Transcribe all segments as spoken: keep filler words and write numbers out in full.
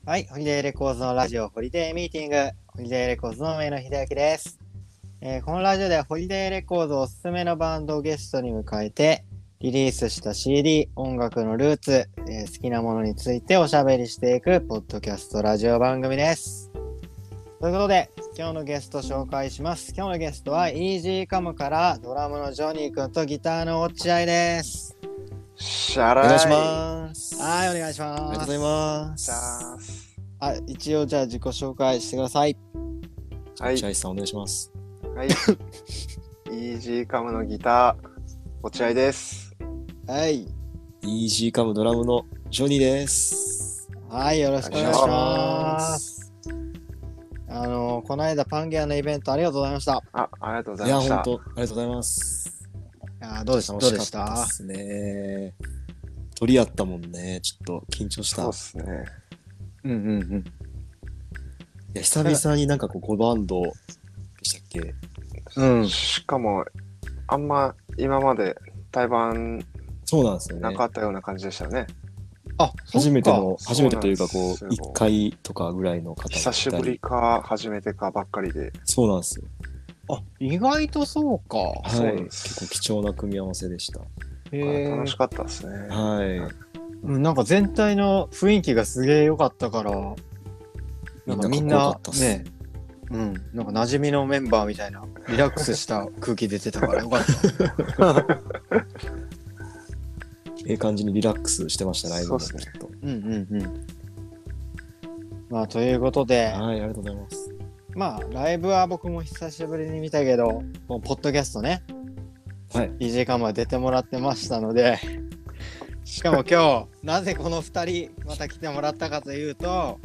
はい、ホリデーレコーズのラジオホリデーミーティング、ホリデーレコーズの上野秀明です、えー、このラジオではホリデーレコーズおすすめのバンドをゲストに迎えてリリースした シーディー、音楽のルーツ、えー、好きなものについておしゃべりしていくポッドキャストラジオ番組です。ということで今日のゲスト紹介します。今日のゲストは イージーカム からドラムのジョニーくんとギターの落合です。 シャライお願いします。 はい、お願いします。 ありがとうございます。 あ、一応じゃあ自己紹介してください。 はい。落合さんお願いします。 はい。イージーカム のギター、落合です。 はい。 イージーカム ドラムのジョニーですですはい、よろしくお願いします。あのこの間パンゲアのイベントありがとうございました。 あ、ありがとうございました。 いや、本当ありがとうございます。 いや、どうでした？ 楽しかったですね。鳥やったもんね。ちょっと緊張した。 そうですね。 うんうんうん。いや、久々になんかこうごバンドでしたっけ？ うん。 しかもあんま今まで対バンそうなんですよね。 なかったような感じでしたね。 あ、 初めての初めてというかこうそうなんですよいっかいとかぐらいの方がいたり。 久しぶりか初めてかばっかりで。 そうなんですよ。 あ、意外とそうか。 はい。 そうです結構貴重な組み合わせでした。 へ楽しかったですね。 はい。 なんか全体の雰囲気がすげえ良かったから、なんかみんなね、うん、なんか馴染みのメンバーみたいなリラックスした空気出てたからよかった。 ええ感じにリラックスしてましたライブもきっと。 うんうんうん。まあということで、 はい、ありがとうございます。 まあライブは僕も久しぶりに見たけど、もうポッドキャストね、 はい、 イージーカムは出てもらってましたので、しかも今日なぜこのふたりまた来てもらったかというと、 はい、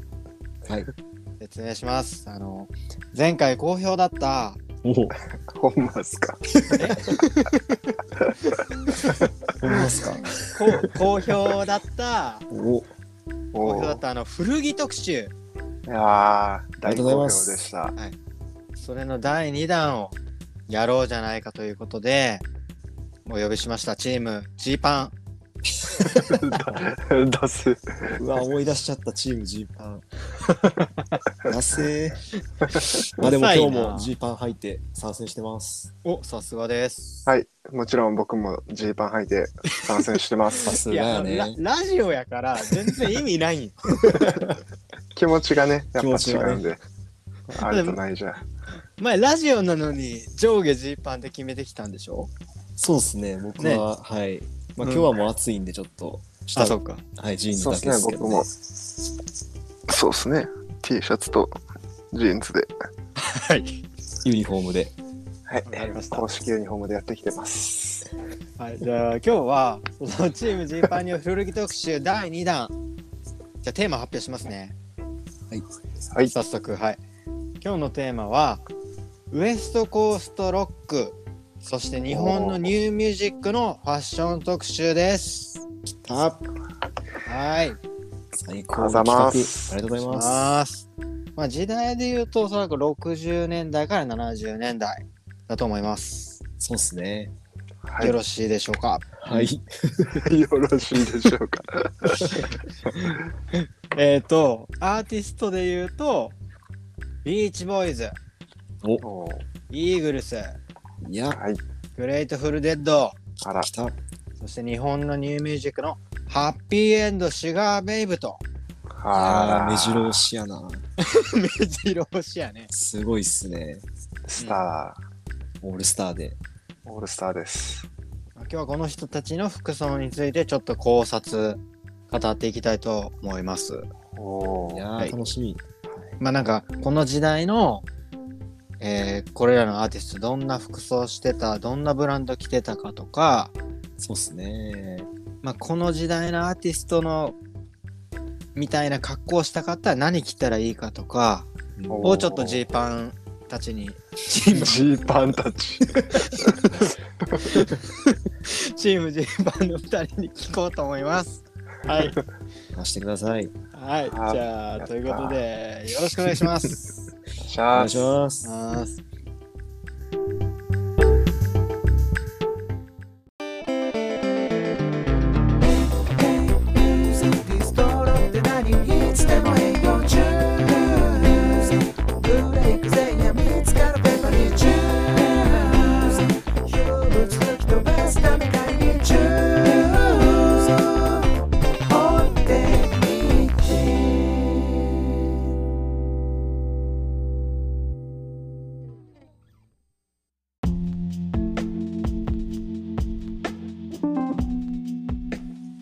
説明します。あの前回好評だったおほんまですか？ ほんまですか？ 好評だったお好評だったあの古着特集。 いやー大好評でした。 はい、それのだいにだんをやろうじゃないかということでお呼びしました。チームジーパン出す。 うわ思い出しちゃったチームジーパン出せーまあでも今日もジーパン履いて参戦してます。 お、さすがです。 はい、もちろん僕もジーパン履いて参戦してます。 さすがやね。 いや ラ, ラジオやから全然意味ない気持ちがねやっぱ違うんで、ね、あるとないじゃん。 前ラジオなのに上下ジーパンで決めてきたんでしょ？ そうですね、僕は、ね、はい。まあ、今日はもう暑いんでちょっと下、うん、あ、そっか。 はい、ジーンズだけですけど、ね、 そうですね、僕もそうですね、T シャツとジーンズではいユニフォームで、 はい、公式ユニフォームでやってきてます。 はい、じゃあ今日はそのチームジーパンによる古着特集だいにだん、じゃあテーマ発表しますね。 はい、 はい、早速、はい、今日のテーマはウエストコーストロック、そして日本のニューミュージックのファッション特集です。 きた。 はい。 最高の企画。ありがとうございます。 まあ時代で言うとおそらくろくじゅうねんだいからななじゅうねんだいだと思います。 そうですね。 はい、よろしいでしょうか？ はい。 よろしいでしょうか？ えっとアーティストで言うとビーチボーイズ、 お、 イーグルス、 いや、 はい、 グレートフルデッド、 あら、 来た。 そして日本のニューミュージックのハッピーエンドシュガーベイブと、 ああ、目白押しやな。 目白押しやね。 すごいっすね。 スター、うん、オールスターで。 オールスターです。 今日はこの人たちの服装についてちょっと考察語っていきたいと思います。 おいやー、 はい、 楽しみ。 まあなんかこの時代の、えー、これらのアーティストどんな服装してた、どんなブランド着てたかとか、 そうっすね。 まあこの時代のアーティストのみたいな格好をしたかったら何着たらいいかとかをちょっとジーパンたちにジーパンたちチームジーパンのふたりに聞こうと思います。はい。 貸してください。 はい。じゃあということでよろしくお願いします。 お願いします。 いつでも営業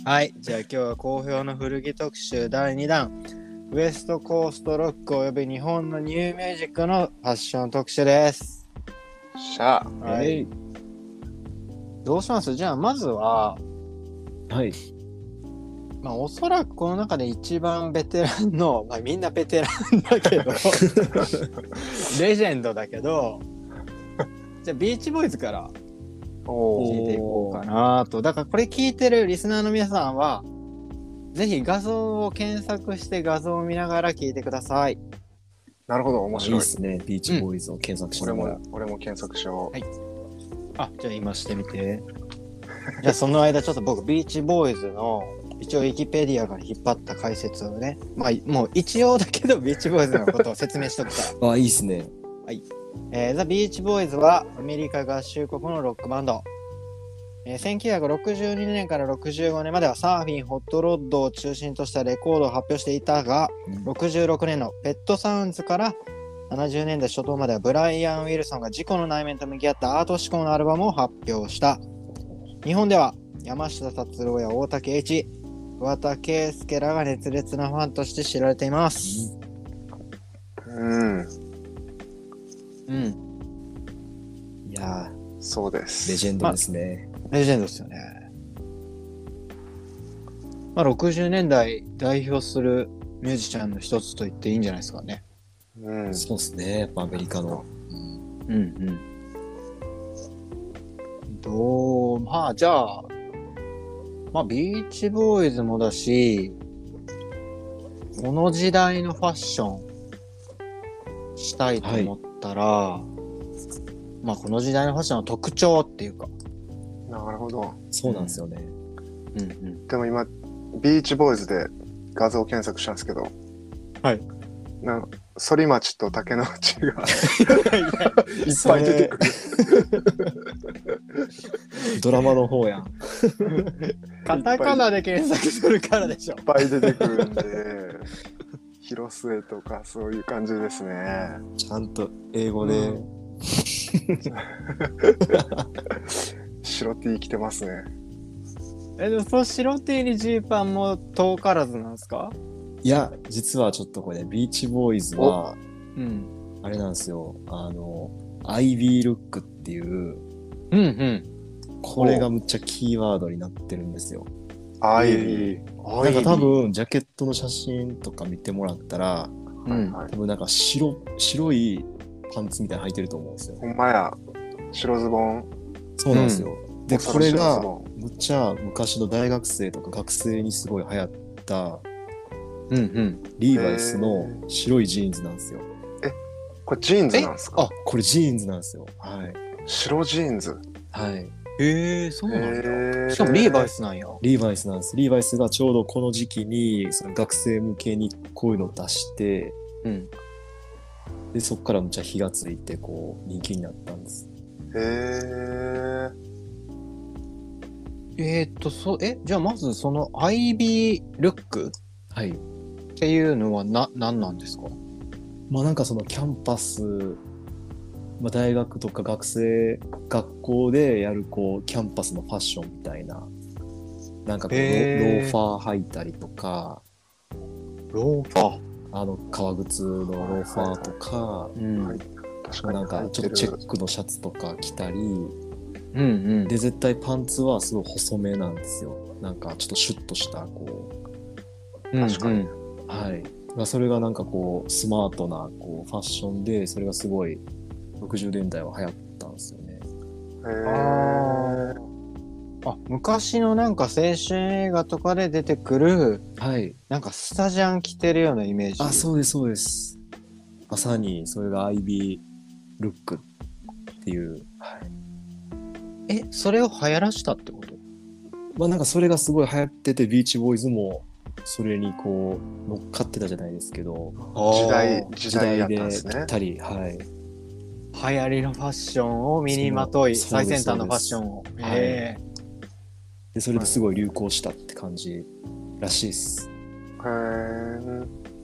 はい、じゃあ今日は好評の古着特集だいにだん、ウエストコーストロックおよび日本のニューミュージックのファッション特集です。 しゃあ。 はい。どうします？じゃあまずは、 はい。 まあおそらくこの中で一番ベテランの、まあみんなベテランだけど、レジェンドだけど、じゃあビーチボーイズから聞いていこうかなと。だからこれ聞いてるリスナーの皆さんは、ぜひ画像を検索して画像を見ながら聞いてください。 なるほど、面白い。 いいですね。ビーチボーイズを検索しながら、 うん、俺も、俺も検索しよう。はい。 あ、じゃあ今してみて。じゃあその間ちょっと僕ビーチボーイズの一応ウィキペディアから引っ張った解説をね、まあもう一応だけどビーチボーイズのことを説明しとくから。 あ、いいですね。 はい。えー、ザ・ビーチボーイズはアメリカ合衆国のロックバンド。えー、せんきゅうひゃくろくじゅうにねんからろくじゅうごねんまではサーフィン、ホットロッドを中心としたレコードを発表していたが、うん、ろくじゅうろくねんのペットサウンズからななじゅうねんだい初頭まではブライアン・ウィルソンが自己の内面と向き合ったアート志向のアルバムを発表した。日本では山下達郎や大竹栄一、桑田佳祐らが熱烈なファンとして知られています。 うん。 うん。 いやー、そうです。 レジェンドですね。 まあ、レジェンドですよね。まあ、ろくじゅうねんだい代表するミュージシャンの一つと言っていいんじゃないですかね。 うん、そうですね。やっぱアメリカの。 うんうん。どう、まあじゃあ、まあビーチボーイズもだし、この時代のファッションしたいと思ったら、はい、まあこの時代のファッションの特徴っていうか。 なるほど。 そうなんですよね。 うんうん。 でも今、ビーチボーイズで画像検索したんですけど、 はい。 なんか反町と竹野内がいっぱい出てくる。 ドラマの方やん。 カタカナで検索するからでしょ。 いっぱい出てくるんで、広末とかそういう感じですね。 ちゃんと英語で、うん、 白 T 着てますね。 え、でもその白 T にジーパンも遠からずなんですか？ いや、実はちょっとこれ、ビーチボーイズは、 うん、 あれなんですよ、あの、アイビールックっていう、 うんうん、 これがむっちゃキーワードになってるんですよ。 アイビー。 なんか多分、ジャケットの写真とか見てもらったら、 うん、 多分なんか白、白いパンツみたいなの履いてると思うんですよ。 ほんまや、白ズボン。 そうなんですよ。うん、で、これが、むっちゃ昔の大学生とか学生にすごい流行った、 うんうん、 リーバイスの白いジーンズなんですよ。 え、これジーンズなんですか？ あ、これジーンズなんですよ。はい。 白ジーンズ。 はい。 へえ、そうなんだ。しかもリーバイスなんや。 リーバイスなんです。リーバイスがちょうどこの時期にその学生向けにこういうのを出して、 うん、 でそこからむっちゃ火がついてこう人気になったんです。 へえ。 えー、っとそえじゃあまずそのアイビールック、 はい、 っていうのはな何なんですか？ まあなんかそのキャンパス、まあ、大学とか学生学校でやるこうキャンパスのファッションみたいな、なんかこうローファー履いたりとか、 ローファー、 あの革靴のローファーとか、 うん、 なんかちょっとチェックのシャツとか着たり、 うんうん、 で絶対パンツはすごい細めなんですよ。なんかちょっとシュッとしたこう、確かに、 はい。まあ、それがなんかこうスマートなこうファッションで、それがすごいろくじゅうねんだいは流行ったんですよね。 へあ、昔のなんか青春映画とかで出てくる、 はい、 なんかスタジャン着てるようなイメージ。 あ、そうですそうです。まさにそれがアイビールックっていう、はい、 え、それを流行らしたってこと？ まあなんかそれがすごい流行ってて、ビーチボーイズもそれにこう乗っかってたじゃないですけど、 時代時代やったんですね。 時代でぴったり、はい。 流行りのファッションを身にまとい、最先端のファッションを。 へえ。でそれですごい流行したって感じらしいです。 へー。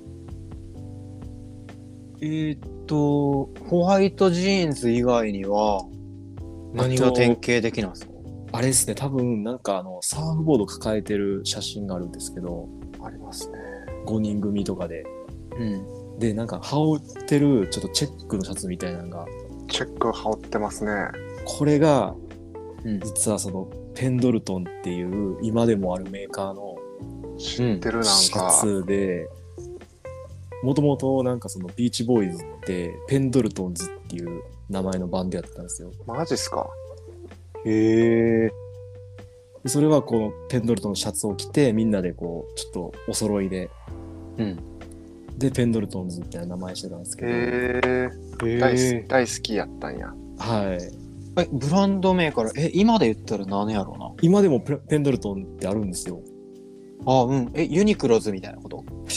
えー、っとホワイトジーンズ以外には何が典型的なんですか？ あれですね、多分なんかあのサーフボード抱えてる写真があるんですけど、 ありますね。 ごにん組とかで。 うん。 で、なんか羽織ってるちょっとチェックのシャツみたいなのが、 チェック羽織ってますね。 これがうん。 実はそのペンドルトンっていう今でもあるメーカーの知ってるなんシャか。 ツで、もともとなんかそのビーチボーイズってペンドルトンズっていう名前のバンドやったんですよ。 マジっすか。 へえ。 でそれはこのペンドルトンのシャツを着てみんなでこうちょっとお揃いで、 うん。 でペンドルトンズみたいな名前してたんですけど、 へえ。 へ大え好。大好きやったんや。 はい。 え、ブランド名から、え、今で言ったら何やろうな。 今でもペペンドルトンってあるんですよ。 あ、うん。え、ユニクロズみたいなこと？ フ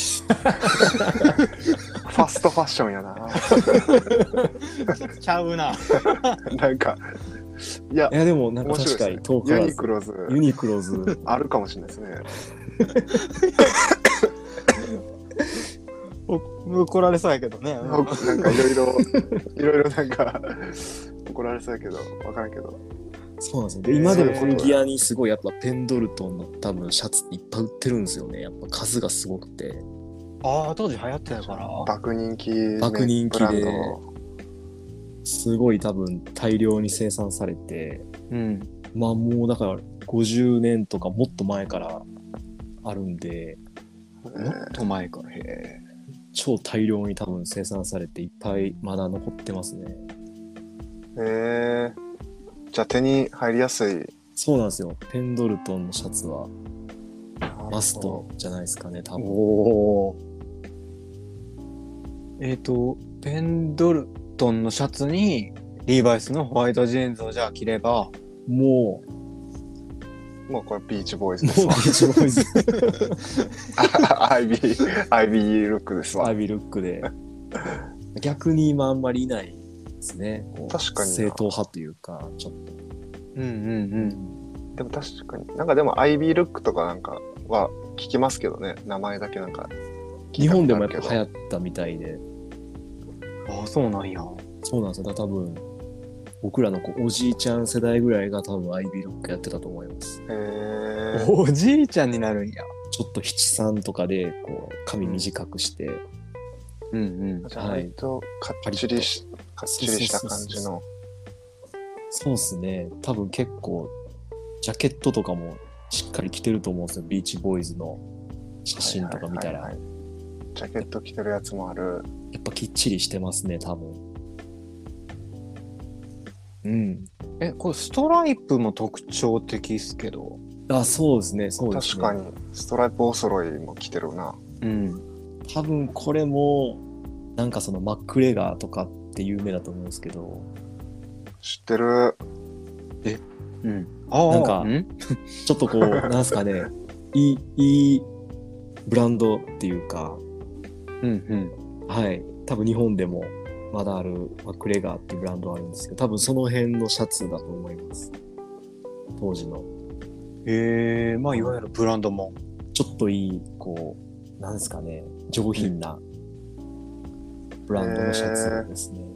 ァストファッションやな。 ちゃうな。 なんか、いやい、やでもなんか面白確かいですね。 に遠からずユニクロズ、 ユニクロズあるかもしれないですね。 お怒られそうやけどね。 なんかいろいろ、いろいろなんか、怒られそうやけど、わからんけど。 そうなんですよ。で今でも古着屋にすごいやっぱペンドルトンの多分シャツっていっぱい売ってるんですよね。やっぱ数がすごくて。 ああ、当時流行ってたから。 爆人気、ね、 爆人気でブランドすごい多分大量に生産されて、 うん。 まあもうだからごじゅうねんとかもっと前からあるんで、 もっと前から。へえ。 超大量に多分生産されていっぱいまだ残ってますね。 へえ。じゃあ手に入りやすい。 そうなんですよ。ペンドルトンのシャツはマストじゃないですかね、多分。 おお。えっ、と、ペンドルトンのシャツにリーバイスのホワイトジーンズをじゃあ着れば、 もう、 もうこれビーチボーイズもうビですわ。 ーチボーイズ、 アイビー、アイビールックですわ。 アイビールックで。逆に今あんまりいないですね。こう確かにな正統派というか、ちょっと。 うんうんうん。 でも確かに。なんかでもアイビールックとかなんかは聞きますけどね。名前だけなんか聞日いたこ本でもやっとあるけど。 ぱ流行ったみたいで。 ああ、そうなんや。 そうなんですよ。だから多分、僕らのこうおじいちゃん世代ぐらいが多分アイビールックやってたと思います。 へえ。 おじいちゃんになるんや。 ちょっと七三とかでこう髪短くして、 うんうん。 じゃあ割とかっちりし、かっちりした感じの。 そうっすね。多分結構ジャケットとかもしっかり着てると思うんですよ。ビーチボーイズの写真とか見たら、 はいはいはいはいジャケット着てるやつもある。 やっぱきっちりしてますね、多分。うん。 え、これストライプも特徴的っすけど。 あ、そうですね、そうですね。 確かにストライプお揃いも着てるな。 うん。 多分これもなんかそのマックレガーとかって有名だと思うんですけど、 知ってる。 うん。ああ、 なんかんちょっとこうなんすかね、いいいいブランドっていうか、 うんはい、多分日本でもまだあるマックレガーっていうブランドあるんですけど、多分その辺のシャツだと思います。当時のうん。へえ、まあいわゆるブランドも。 ちょっといいこうなんですかね、上品なブランドのシャツですね。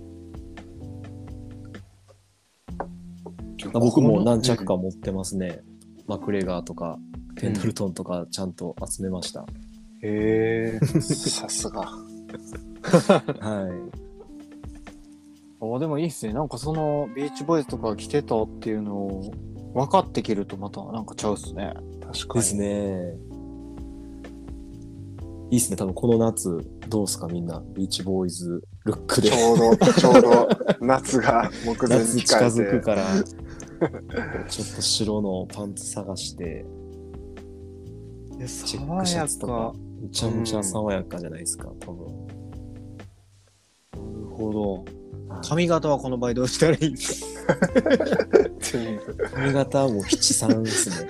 僕も何着か持ってますね。マクレガーとかペンドルトンとかちゃんと集めました。 へえ。 さすが。 はあ、でもいいっすね。なんかそのビーチボーイズとか着てたっていうのを分かってきるとまたなんかちゃうっすね。 確かに。 い。ですね。いいっすね。多分この夏どうすかみんなビーチボーイズルックで。 ちょうど、ちょうど夏が目前に夏近控えて。 づくからちょっと白のパンツ探してチェックシャツとかめちゃめちゃ爽やかじゃないですか、多分。 なるほど。髪型はこの場合どうしたらいいですか？ 全部髪型はもう七三ですね。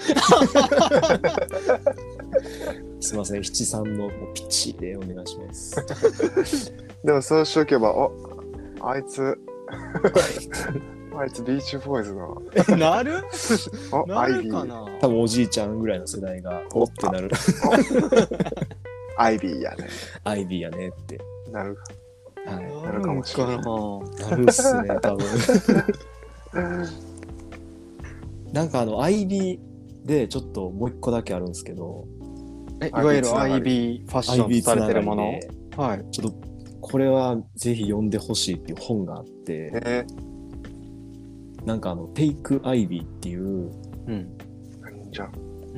すいません、七三のもうピッチでお願いします。 でもそうしとけば、おあいつ、あいつビーチボーイズの、 なるおなアイビー、 るかな。 多分おじいちゃんぐらいの世代がおってなる。 アイビーやね。 アイビーやねって。 なる。 はい。 なるかもしれないなるかなるっすね、多分。 なんかあの アイビー でちょっともう一個だけあるんですけど、 えいわゆる アイビー ファッションとされてるもの。はい。 ちょっとこれはぜひ読んでほしいっていう本があって、 えー、なんかあの Take Ivy っていう、うん、 何じゃん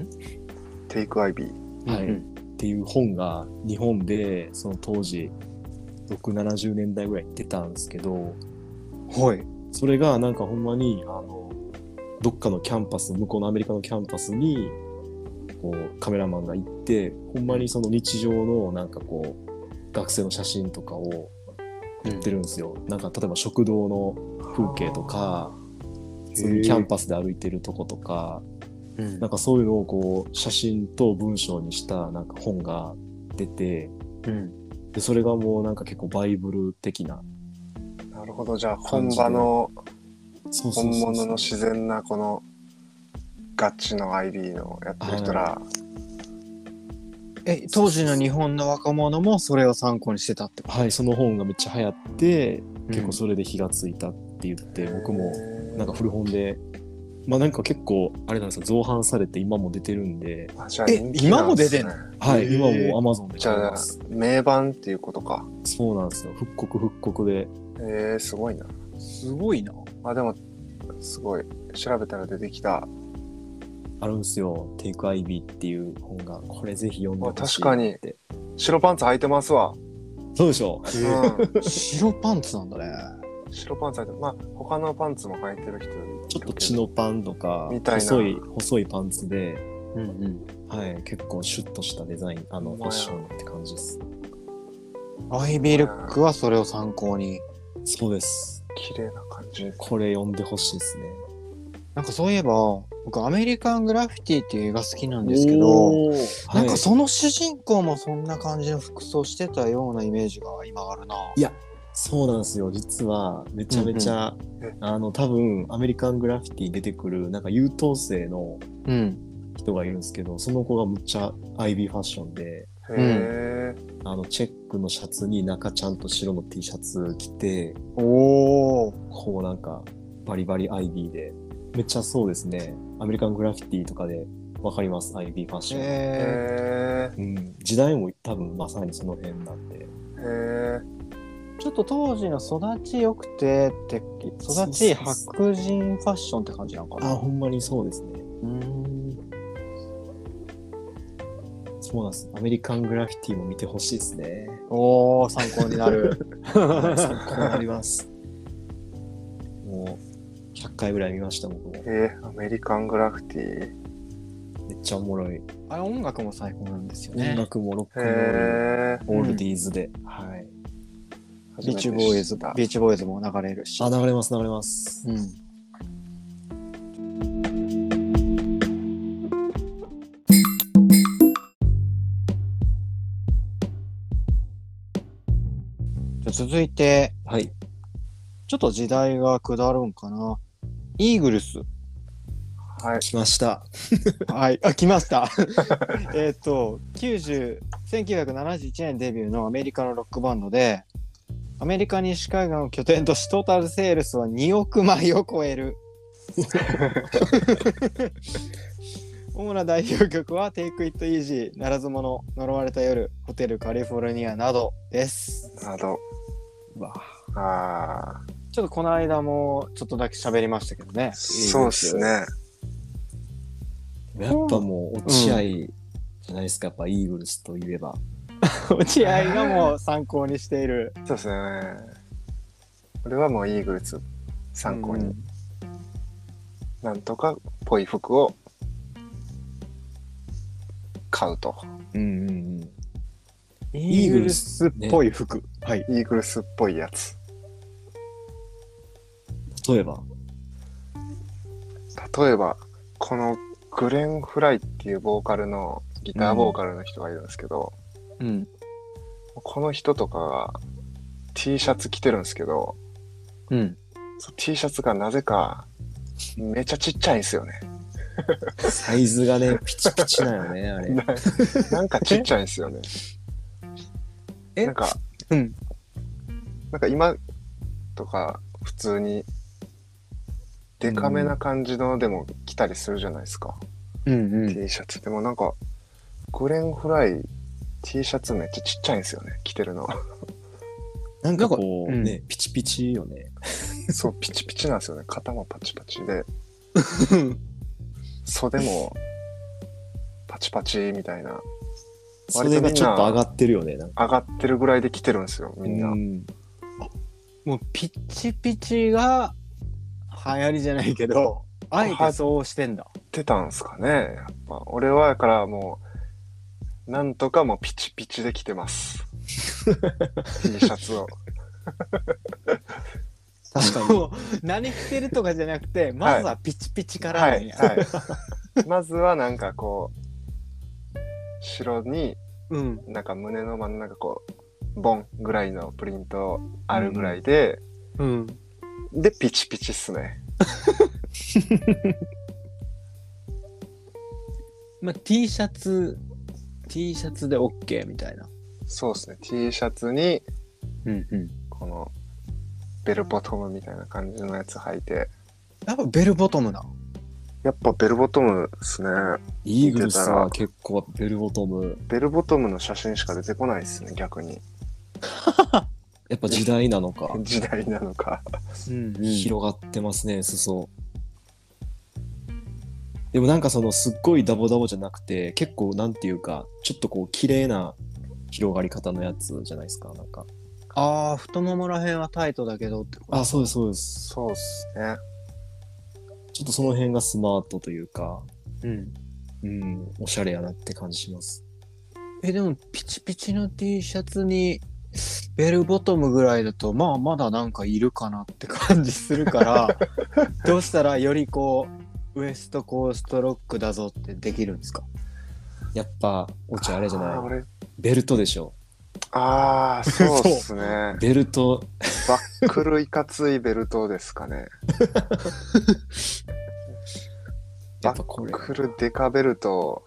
Take Ivy、 はい、うん、っていう本が日本でその当時ろくじゅう、ななじゅうねんだいぐらいに出たんですけど、 はい。 それがなんかほんまにあのどっかのキャンパス、向こうのアメリカのキャンパスにこうカメラマンが行ってほんまにその日常のなんかこう学生の写真とかを撮ってるんですよ、うん、なんか例えば食堂の風景とか普通にキャンパスで歩いてるとことか、うん、なんかそういうのをこう写真と文章にしたなんか本が出て、うん、でそれがもうなんか結構バイブル的な。 なるほど。じゃあ本場の本物の自然なこのガチの アイビー のやってる人ら、 え当時の日本の若者もそれを参考にしてたってこと？ はい、その本がめっちゃ流行って、うん、結構それで火がついたって言って、僕もなんか古本でまあなんか結構あれなんですよ、造版されて今も出てるんで。 あ、じゃあ人気なんですね。 え今も出てんの？ はい、今も Amazon で買えます。 じゃあ名盤っていうことか。 そうなんですよ、復刻復刻で。 えー、すごいな。 すごいな。 あ、でもすごい調べたら出てきた。 あるんですよ、Take Ivy っていう本が。これぜひ読んでほしいって。 確かに白パンツ履いてますわ。 そうでしょ、 うん、白パンツなんだね。 白パンツ履いてる。まあ他のパンツも履いてる人ちょっとチノパンとかみたいな細い細いパンツで、 うんうん、 はい、結構シュッとしたデザイン、あのファッションって感じです。 アイビールックはそれを参考に。 そうです。 綺麗な感じ。 これ読んでほしいですね。 なんかそういえば僕アメリカングラフィティっていう映画好きなんですけど、なんかその主人公もそんな感じの服装してたようなイメージが今あるな。 いやそうなんですよ、実はめちゃめちゃ、うんうん、あの多分アメリカングラフィティ出てくるなんか優等生の人がいるんですけど、うん、その子がむっちゃアイビーファッションで、 へあのチェックのシャツに中ちゃんと白の T シャツ着て、 おこうなんかバリバリアイビーでめっちゃそうですね、アメリカングラフィティとかでわかります、アイビーファッション。 へー、 うん、時代も多分まさにその辺なんで。 へー、 ちょっと当時の育ちよくてって育ち白人ファッションって感じなのかな。 あ、ほんまにそうですね。 うーん、 そうなんです。アメリカングラフィティも見てほしいですね。 おー、参考になる。 はい、参考になります。もうひゃっかいぐらい見ました僕も。 えー、アメリカングラフィティめっちゃおもろい。 あれ音楽も最高なんですよね。 音楽もロックンロール、オールディーズで、うん、はい。 ビーチボーイズ、ビーチボーイズも流れるし。 あ、流れます流れます。うん。 じゃ続いて、 はい。 ちょっと時代が下るんかな。イーグルス。 はい。 来ました。 はい。あ、来ました。えっと、きゅうじゅう、せんきゅうひゃくななじゅういちねんデビューのアメリカのロックバンドで、アメリカ西海岸を拠点としトータルセールスはにおくまいを超える。主な代表曲は Take It Easy、ならず者、呪われた夜、ホテルカリフォルニアなどです。 など。 うわあ、 ちょっとこの間もちょっとだけ喋りましたけどね。 そうですね。 やっぱもう落合じゃないですか、やっぱイーグルスといえば。 落合がもう参考にしている。 そうですね。俺はもうイーグルス参考に、うん、なんとかっぽい服を買うと。 うんうんうん。 イーグルスっぽい服、ね、 はい。イーグルスっぽいやつ。 例えば例えばこのグレン・フライっていうボーカルのギターボーカルの人がいるんですけど、 うん、 この人とかが T シャツ着てるんですけど、 うん、 T シャツがなぜかめちゃちっちゃいんですよね。 サイズがねピチピチだよねあれ。 な, なんかちっちゃいんですよね。 えなんか、 うん、 なんか今とか普通にデカめな感じのでも着たりするじゃないですか、 うんうん。 T シャツ。でもなんかグレンフライ T シャツめっちゃちっちゃいんですよね、着てるの。 なんかこう、 なんかうんね、ピチピチよね。 そう、ピチピチなんですよね。肩もパチパチで、袖もパチパチみたいな。割とみんなそれがちょっと上がってるよね。なんか上がってるぐらいで着てるんですよ、みんな。 うんもうピッチピチが流行りじゃないけど、あえてそうしてんだ。 てたんすかね、やっぱ。俺はだからもう、なんとかもうピチピチで着てます。T シャツを。 確かに。 もう何着てるとかじゃなくて、まずはピチピチからはなんや。 いはい。まずはなんかこう白にうん。 なんか胸の真ん中こうボンぐらいのプリントあるぐらいで、 うん。 でピチピチっすね。 まあ T シャツ T シャツで OK みたいな。 そうですね。T シャツにうんうん。 このベルボトムみたいな感じのやつ履いて。 やっぱベルボトムな。 やっぱベルボトムですね。 イーグルス見てたらは結構ベルボトム、 ベルボトムの写真しか出てこないですね、逆に。 やっぱ時代なのか。 時代なのか。 うんうん。 広がってますね、裾。でもなんかそのすっごいダボダボじゃなくて、結構なんていうか、ちょっとこう綺麗な広がり方のやつじゃないですか、なんか。 ああ、太ももらへんはタイトだけどってこと。 あ、そうです、そうです。 そうっすね。 ちょっとその辺がスマートというか、 うん。 うん、おしゃれやなって感じします。 え、でもピチピチの T シャツにベルボトムぐらいだと、まあまだなんかいるかなって感じするから、どうしたらよりこう、ウエストコーストロックだぞってできるんですか？ やっぱ、おちゃんあれじゃないあー俺ベルトでしょ。 あー、そうっすね。 ベルト、 バックルいかついベルトですかね。バやっぱこれックルデカベルト、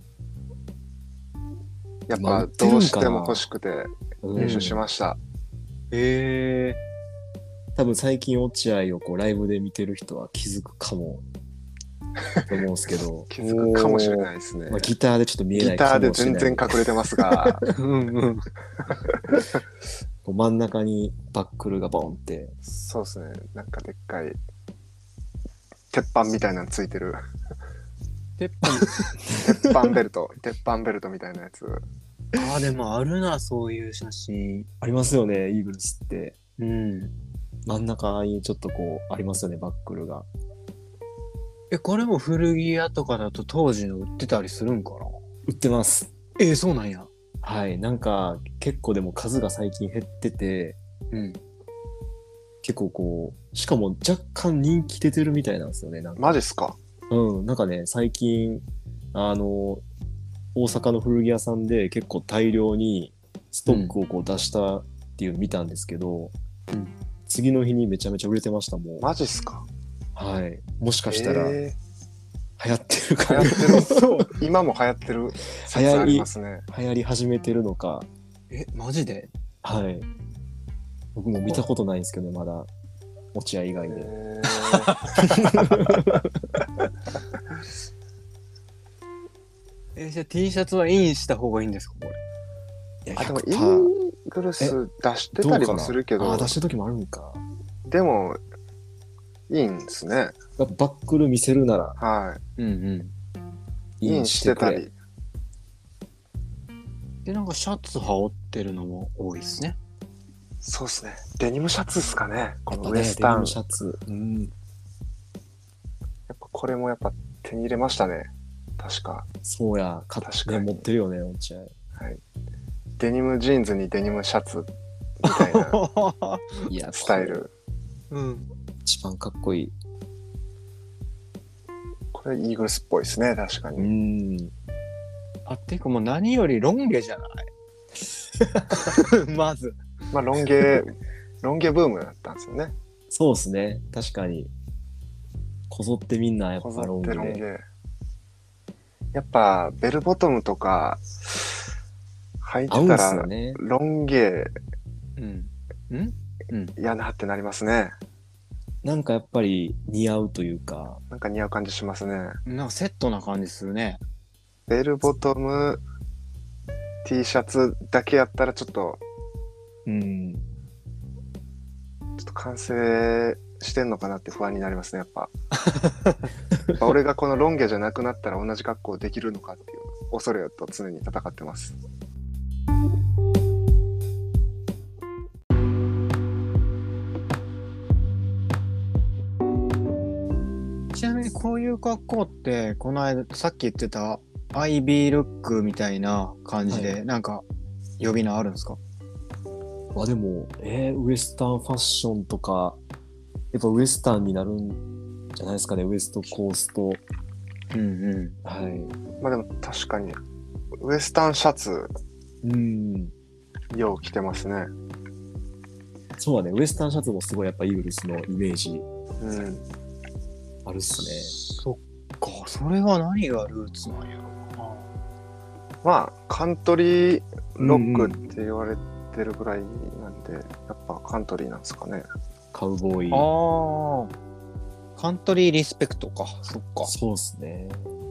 やっぱ今売ってるんかなどうしても欲しくてうん入手しました。 へえ。 多分最近落合をこうライブで見てる人は気づくかもと思うんですけど、 気づくかもしれないですね。 まあ、ギターでちょっと見えないギターでかもしれない。 全然隠れてますが、 うんうん。 こう真ん中にバックルがボンって。 そうですね。なんかでっかい鉄板みたいなのついてる鉄板。 鉄板ベルト、鉄板ベルトみたいなやつ。 ああ、でもあるな、そういう写真。 ありますよね、イーグルスって。 うん。 真ん中にちょっとこうありますよね、バックルが。 え、これも古着屋とかだと当時の売ってたりするんかな？ 売ってます。 えー、そうなんや。 はい。なんか結構でも数が最近減ってて、 うん。 結構こう、しかも若干人気出てるみたいなんですよね。なんかマジっすか？ うん、なんかね、最近、あの、大阪の古着屋さんで結構大量にストックをこう出したっていうの見たんですけど、 うん次の日にめちゃめちゃ売れてましたもん。 マジっすか？ はい。もしかしたら流え行ってるー、 かも、 流行ってる。そう。今も流行ってる説ありますね。 流行り始めてるのか、 え、マジで？ はい。僕も見たことないんですけど、まだ、落合以外で。 えーえ、じゃあ T シャツはインした方がいいんですか、これ？ いや、 あ、でもイひゃくパーセンングルス出してたりもするけど、 あー、出してる時もあるんか。 でもいいんですね。 やっぱバックル見せるなら、 はうんうん。 い。インしてたり。 で、なんかシャツ羽織ってるのも多いですね。 そうですね。デニムシャツですかね。このウやっぱね、 エスタン。 デニムシャツ。うん。 やっぱこれもやっぱ手に入れましたね。確か。 そうや、買ってね、 確かに持ってるよね、落合。 はい。デニムジーンズにデニムシャツみたいないや、 スタイル。 うん。 一番かっこいい。 これイーグルスっぽいですね。確かうに。 ん。 あ、ていうかもう何よりロン毛じゃないまず。 まあロン毛、ロン毛ブームだったんですよね。 そうですね。確かに。こぞってみんなやっこぞぱロン毛ってロン毛で。。 やっぱベルボトムとか履い合うんてたら、 すよね。 ロン毛うん。んうん。 嫌なってなりますね。 なんかやっぱり似合うというか、 なんか似合う感じしますね。 なんかセットな感じするね。 ベルボトム T シャツだけやったらちょっとうん、 ちょっと完成してんのかなって不安になりますね、やっぱ。やっぱ俺がこのロン毛じゃなくなったら同じ格好できるのかっていう恐れと常に戦ってます。 ちなみにこういう格好ってこの間さっき言ってたアイビールックみたいな感じで、 はいなんか呼び名あるんですか？ あ、でも、えー、ウエスタンファッションとか、やっぱウエスタンになるんじゃないですかね、ウエストコースト。 うんうはい。 まあでも確かにウエスタンシャツうん。 よう着てますね。 そうだね、ウエスタンシャツもすごいやっぱイーグルスのイメージうん。 あるっすね。 そっか、それは何がルーツなんやろな。 まあカントリーロックって言われてるぐらいなんで、やっぱカントリーなんですかね。 カウボーイ。 ああ、カントリーリスペクトか。そっか。 そうっすね。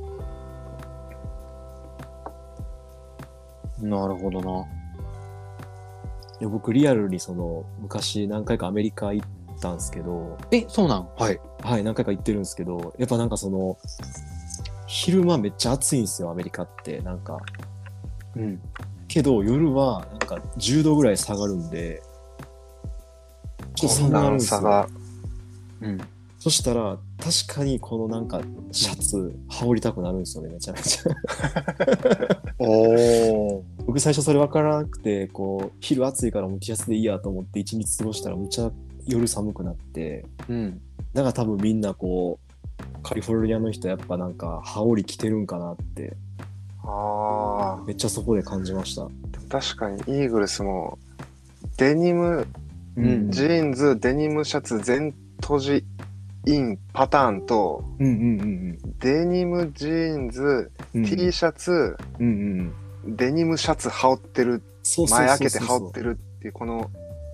なるほどな。 いや僕リアルにその昔何回かアメリカ行ったんですけど、 え、そうなん？はい。 はい何回か行ってるんですけど、やっぱなんかその昼間めっちゃ暑いんですよアメリカってなんか。 うん。 けど夜はなんかじゅうどぐらい下がるんで、ちょっと寒なるんですよ。 寒暖差が。 うん。 そしたら確かにこのなんかシャツ羽織りたくなるんですよねめちゃめちゃ。 おお。 僕最初それ分からなくてこう昼暑いからもう T シャツでいいやと思って一日過ごしたらむっちゃ夜寒くなって、 うん。 だから多分みんなこうカリフォルニアの人やっぱなんか羽織着てるんかなってああ。 めっちゃそこで感じました。 確かにイーグルスもデニム、 うん、 ジーンズ、デニムシャツ全閉じインパターンと、 うんうんうんデニムジーンズ、 うん T シャツ、 うんうんうん、 デニムシャツ羽織ってる、 そうそうそうそう前開けて羽織ってるっていうこの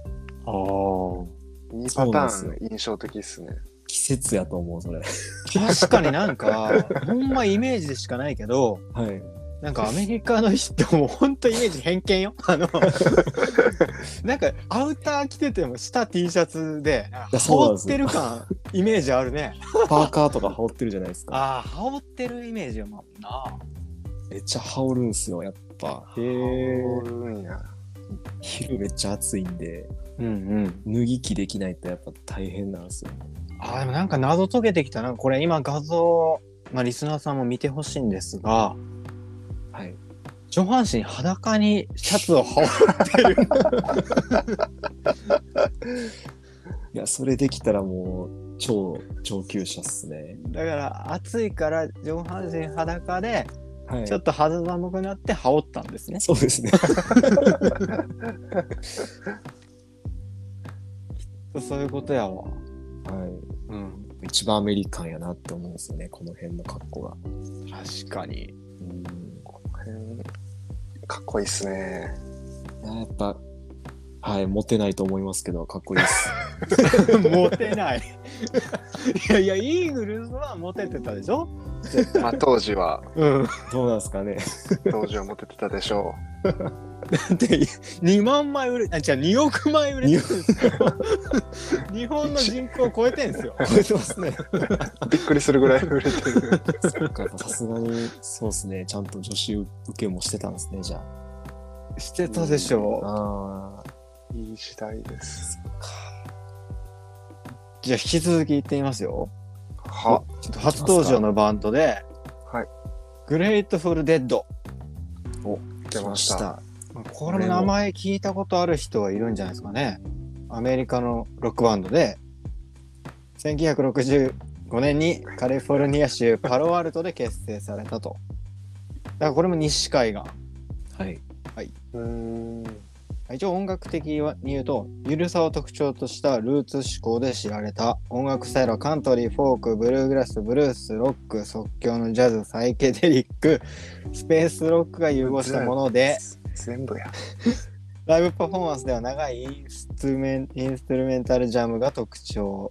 あにパターン印象的っすね。 季節やと思うそれ。 あ。確かになんか、ほんまイメージでしかないけど、 はい。 なんかアメリカの人もほんとイメージ偏見よ。あの、なんかアウター着てても下 T シャツで、 や羽織ってる感、イメージあるね。 パーカーとか羽織ってるじゃないですか。 ああ、羽織ってるイメージよもんな。 めっちゃ羽織るんすよやっぱ。へ羽え。 織るんや。 昼めっちゃ暑いんでうんうん。 脱ぎ着できないとやっぱ大変なんですよ。 ああ、でもなんか謎解けてきたな。これ今画像、まあリスナーさんも見てほしいんですが、 はい。 上半身裸にシャツを羽織ってる。 いやそれできたらもう超上級者っすね。 だから暑いから上半身裸ではい。 ちょっと肌寒くなって羽織ったんですね。 そうですね。 そういうことやわ。 はい。 うん。 一番アメリカンやなって思うんですよねこの辺の格好が。 確かに。 うん。 かっこいいっすね。 やっぱはいモテないと思いますけどかっこいいです。 モテない。いやいや、イーグルスはモテてたでしょ？ まあ当時は、 うん。 どうなんですかね。 当時はモテてたでしょだってにまんまい売れ、あ、じゃあにおくまい売れてるんですよ。日本の人口を超えてんすよ。 超えてますね。 う。びっくりするぐらい売れてる。 そっかやっぱさすがにそうですねちゃんと女子受けもしてたんですねじゃしてたでしょ。 あ。ああ。 いい時代です。 じゃあ引き続き言ってみますよ。 は、 ちょっと初登場のバンドで、 はい。 グレートフルデッド。 出ました。 これも名前聞いたことある人はいるんじゃないですかね。アメリカのロックバンドで、せんきゅうひゃくろくじゅうごねんにカリフォルニア州パロアルトで結成されたと。だからこれも西海岸。 はい。 うーん。 一応音楽的に言うと、ゆるさを特徴としたルーツ思考で知られた音楽スタイルはカントリー、フォーク、ブルーグラス、ブルース、ロック、即興のジャズ、サイケデリック、スペースロックが融合したもので、 全部や。 ライブパフォーマンスでは長いインストゥルメン、インストゥルメンタルジャムが特徴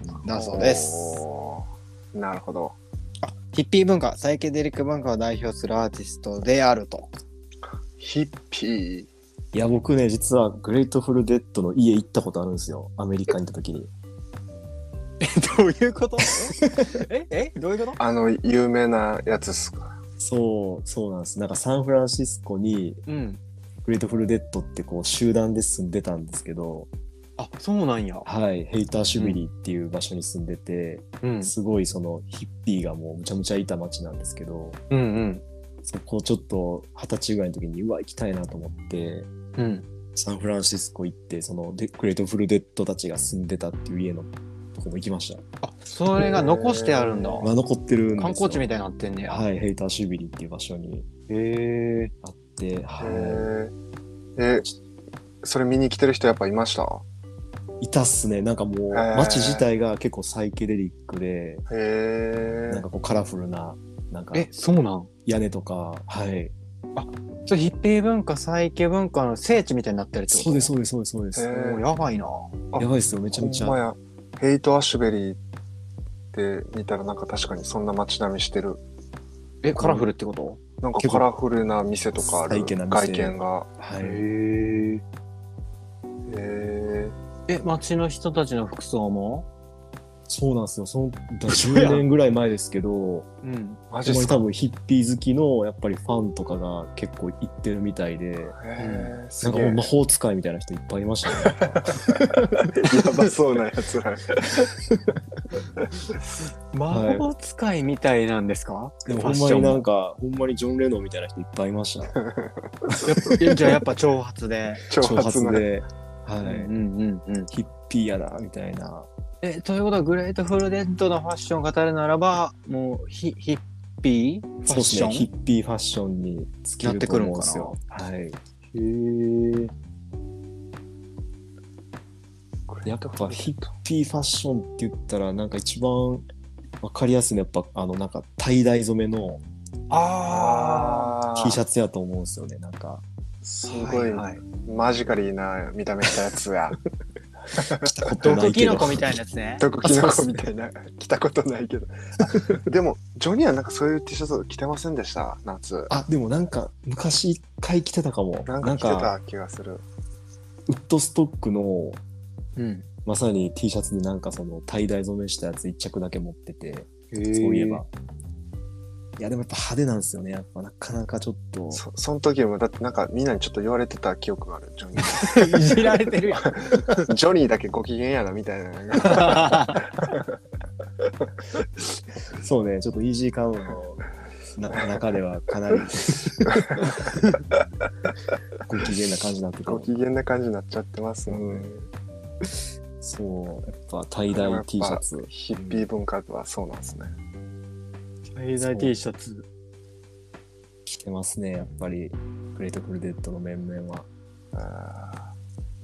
だそうです。 おーなるほど。 ヒッピー文化、サイケデリック文化を代表するアーティストであると。 ヒッピー。 いや、僕ね、実はグレートフルデッドの家行ったことあるんですよ。アメリカに行った時に。 どういうこと？ええどういうこと？ あの有名なやつっすか。 そう、そうなんです。なんかサンフランシスコにうん。 グレートフルデッドってこう集団で住んでたんですけど、 あ、そうなんや。 はい、ヘイターシュビリーっていう場所に住んでて、 うん。 すごいそのヒッピーがもうむちゃむちゃいた街なんですけど、 うんうん。 そこちょっと二十歳ぐらいの時にうわ行きたいなと思ってうん。 サンフランシスコ行って、そのデグレートフルデッドたちが住んでたっていう家のとこも行きました。 あ、それが残してあるんだ。 まあ、残ってるんですよ。 観光地みたいになってんねや。 はい、ヘイターシュビリーっていう場所にへえ。 あって、はへえ。え、それ見に来てる人やっぱいました？ い、いたっすね。なんかもうへー街自体が結構サイケデリックで、 へえなんか。こうカラフルななんかえ、そうなん？ 屋根とか、はい。 それヒッピー文化、サイケ文化の聖地みたいになってるってこと？ そうですそうですそうですそうです。 へーおーやばいな。 あやばいっすよ、めちゃめちゃ。 ほんまや。ヘイト・アッシュベリーって見たらなんか確かにそんな街並みしてる。 え、カラフルってこと？ なんかカラフルな店とかあるサイケな店外見が。 はい。 へえ。 へえ、街の人たちの服装も？ そうなんですよ。そのだじゅうねんぐらい前ですけど、 うん。 ー、マジっすか。 ほんまに多分ヒッピー好きのやっぱりファンとかが結構行ってるみたいで、 へー、すなんかげえ。 もう魔法使いみたいな人いっぱいいましたね。 やばそうなやつら。 魔法使いみたいなんですか？ でもファッションもほんまになんか、ほんまにジョン・レノンみたいな人いっぱいいました。 やっぱえじゃあやっぱ長髪で。 挑挑発な。 発で、はい、 うんうんうん。 ヒッピーやな、みたいな。 え、ということはグレートフルデッドのファッションを語るならば、もうヒヒッピーファそうですね、 ッション？ ヒッピーファッションに尽きると思うんですよ。はい。 へえ。 やっぱヒッピーファッションって言ったら、なんか一番わかりやすいのはやっぱあのなんかtie dye染めのああ T シャツやと思うんですよね。なんかすごい、 はいはい、 マジカリーな見た目したやつや。 毒キノコみたいなやつね。 毒キノコみたいな。着たことないけど。でも、ジョニーはなんかそういう T シャツ着てませんでした夏。 あ、でもなんか昔一回着てたかも。 なんか着てた気がする。 ウッドストックのうん。 まさに T シャツでなんかそのtie dye染めしたやつ一着だけ持ってて、 そうそういえば。いやでもやっぱ派手なんですよね。やっぱなかなかちょっと。 そその時もだってなんかみんなにちょっと言われてた記憶がある、ジョニー。 いじられてるやん。 ジョニーだけご機嫌やなみたいな。 そうね、ちょっとイージーカウンのな中ではかなりご機嫌な感じになってた。 ご機嫌な感じになっちゃってますもんね。 そう、やっぱタイダイ T シャツ。 ヒッピー文化はそうなんですね。 最大 T シャツ。 着てますね、やっぱり。グレートフルデッドの面々は。 あ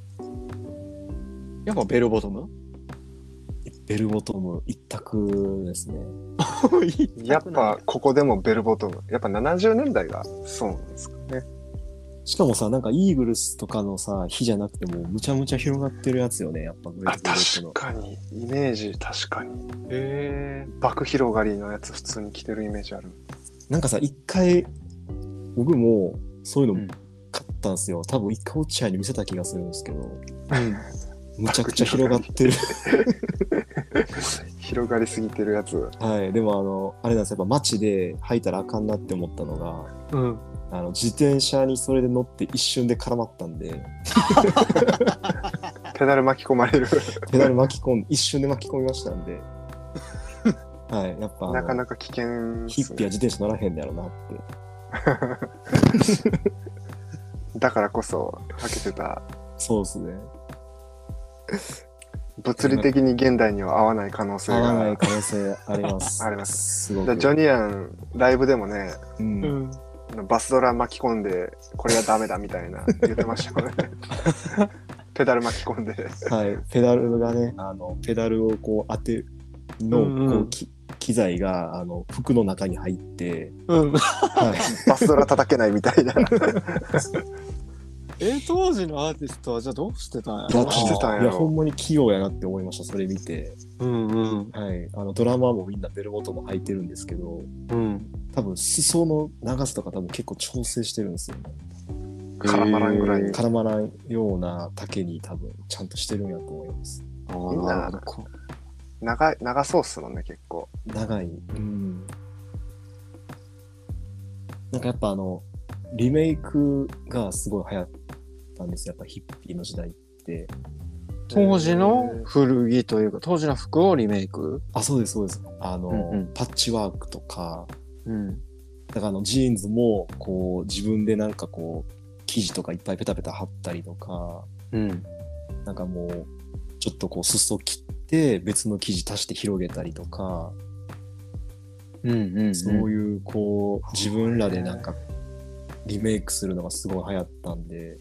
やっぱベルボトム？ ベルボトム一択ですね。 ーやっぱここでもベルボトム。やっぱななじゅうねんだいがそうなんですかね。 しかもさ、なんかイーグルスとかのさ、日じゃなくてもむちゃむちゃ広がってるやつよね、やっぱグレあ、 ートフルデッド確の。 かに。イメージ確かに。 へー。 爆広がりのやつ普通に着てるイメージある。 なんかさ、一回、僕もそういううんの買ったんですよ。多分一回落合に見せた気がするんですけど、 うん。 むちゃくちゃ広がってる。 広がりすぎてるやつ。 はい。でもあの、あれなんですよ、やっぱ街で履いたらあかんなって思ったのが、 うん。 あの自転車にそれで乗って一瞬で絡まったんで、 ペダル巻き込まれる。 ペダル巻き込ん一瞬で巻き込みましたんで、はい。やっぱあのなかなか危険っすね。 ヒッピーは自転車乗らへんだろうなって。 だからこそ履けてた。 そうですね。 物理的に現代には合わない可能性合わないが。 可能性あります。 ありますすごく。 だジョニアンライブでもね、 うんうん。 バスドラ巻き込んでこれがダメだみたいな言ってましたもんね。ペダル巻き込んで。 はい。ペダルがね、あの、ペダルをこう当ての、 うんうんこうき機材があの服の中に入って、 うん。 はい。 バスドラ叩けないみたいな。 え、当時のアーティストはじゃあどうしてたんやいやどうしてたんやろいやほんまに器用やなって思いましたそれ見て。 うんうんはい、あのドラマーもみんなベルボトム履いてるんですけど、 うん。 多分裾の長さとか多分結構調整してるんですよね。 絡まらんぐらいに。 絡まらんような丈に多分ちゃんとしてるんやと思います。 あみんななるほどこ長い長そうっすもんね、結構。 長い。うん。なんかやっぱあのリメイクがすごい流行ったんですよ。やっぱヒッピーの時代って。 当時の古着というか当時の服をリメイク。 あ、そうですそうです。あの、 うんうんパッチワークとか、 うんだからあのジーンズもこう自分でなんかこう生地とかいっぱいペタペタ貼ったりとか、 うんなんかもうちょっとこう裾切って別の生地足して広げたりとか、 うんうんうん。 そういうこう自分らでなんかリメイクするのがすごい流行ったんで。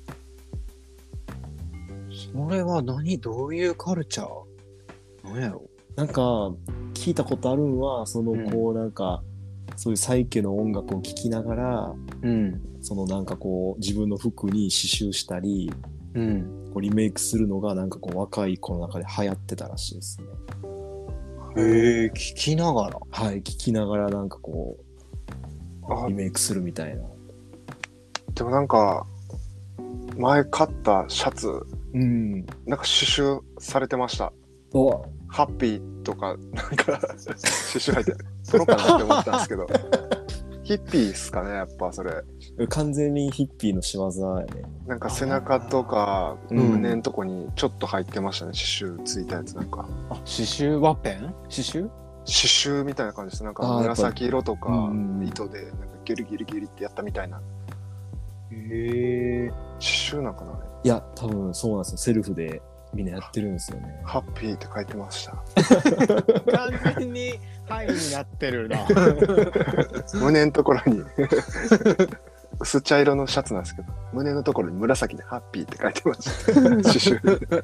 それは何どういうカルチャーなんやろ。 なんか聞いたことあるんはそのこうなんか、そういうサイケの音楽を聴きながらうんそのなんかこう自分の服に刺繍したりうん。 こうリメイクするのがなんかこう若い子の中で流行ってたらしいですね。 へえ、聞きながら。 はい、聞きながらなんかこあうリメイクするみたいな。 でもなんか前買ったシャツうん。 なんか刺繍されてました。 おハッピーとかなんか刺繍入って取ろうかなって思ったんですけどヒッピーっすかね、やっぱそれ。 完全にヒッピーの仕業やね。 なんか背中とかうん胸のとこにちょっと入ってましたね、刺繍ついたやつ。なんかあ、刺繍ワッペン？刺繍？ 刺繍みたいな感じです。なんかあーやっぱ紫色とかうん糸でなんかギュリギュリギュリってやったみたいな。 へえ。 刺繍なんかな、ね、 いや多分そうなんですよ。セルフでみんなやってるんですよね。 ハッピーって書いてました。 完全にハイになってるな。 胸のところに薄茶色のシャツなんですけど、胸のところに紫でハッピーって書いてました刺繍。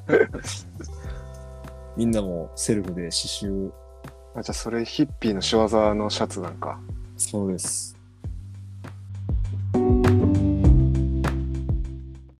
みんなもセルフで刺繍。 あ、じゃあそれヒッピーの仕業のシャツなんか。 そうです。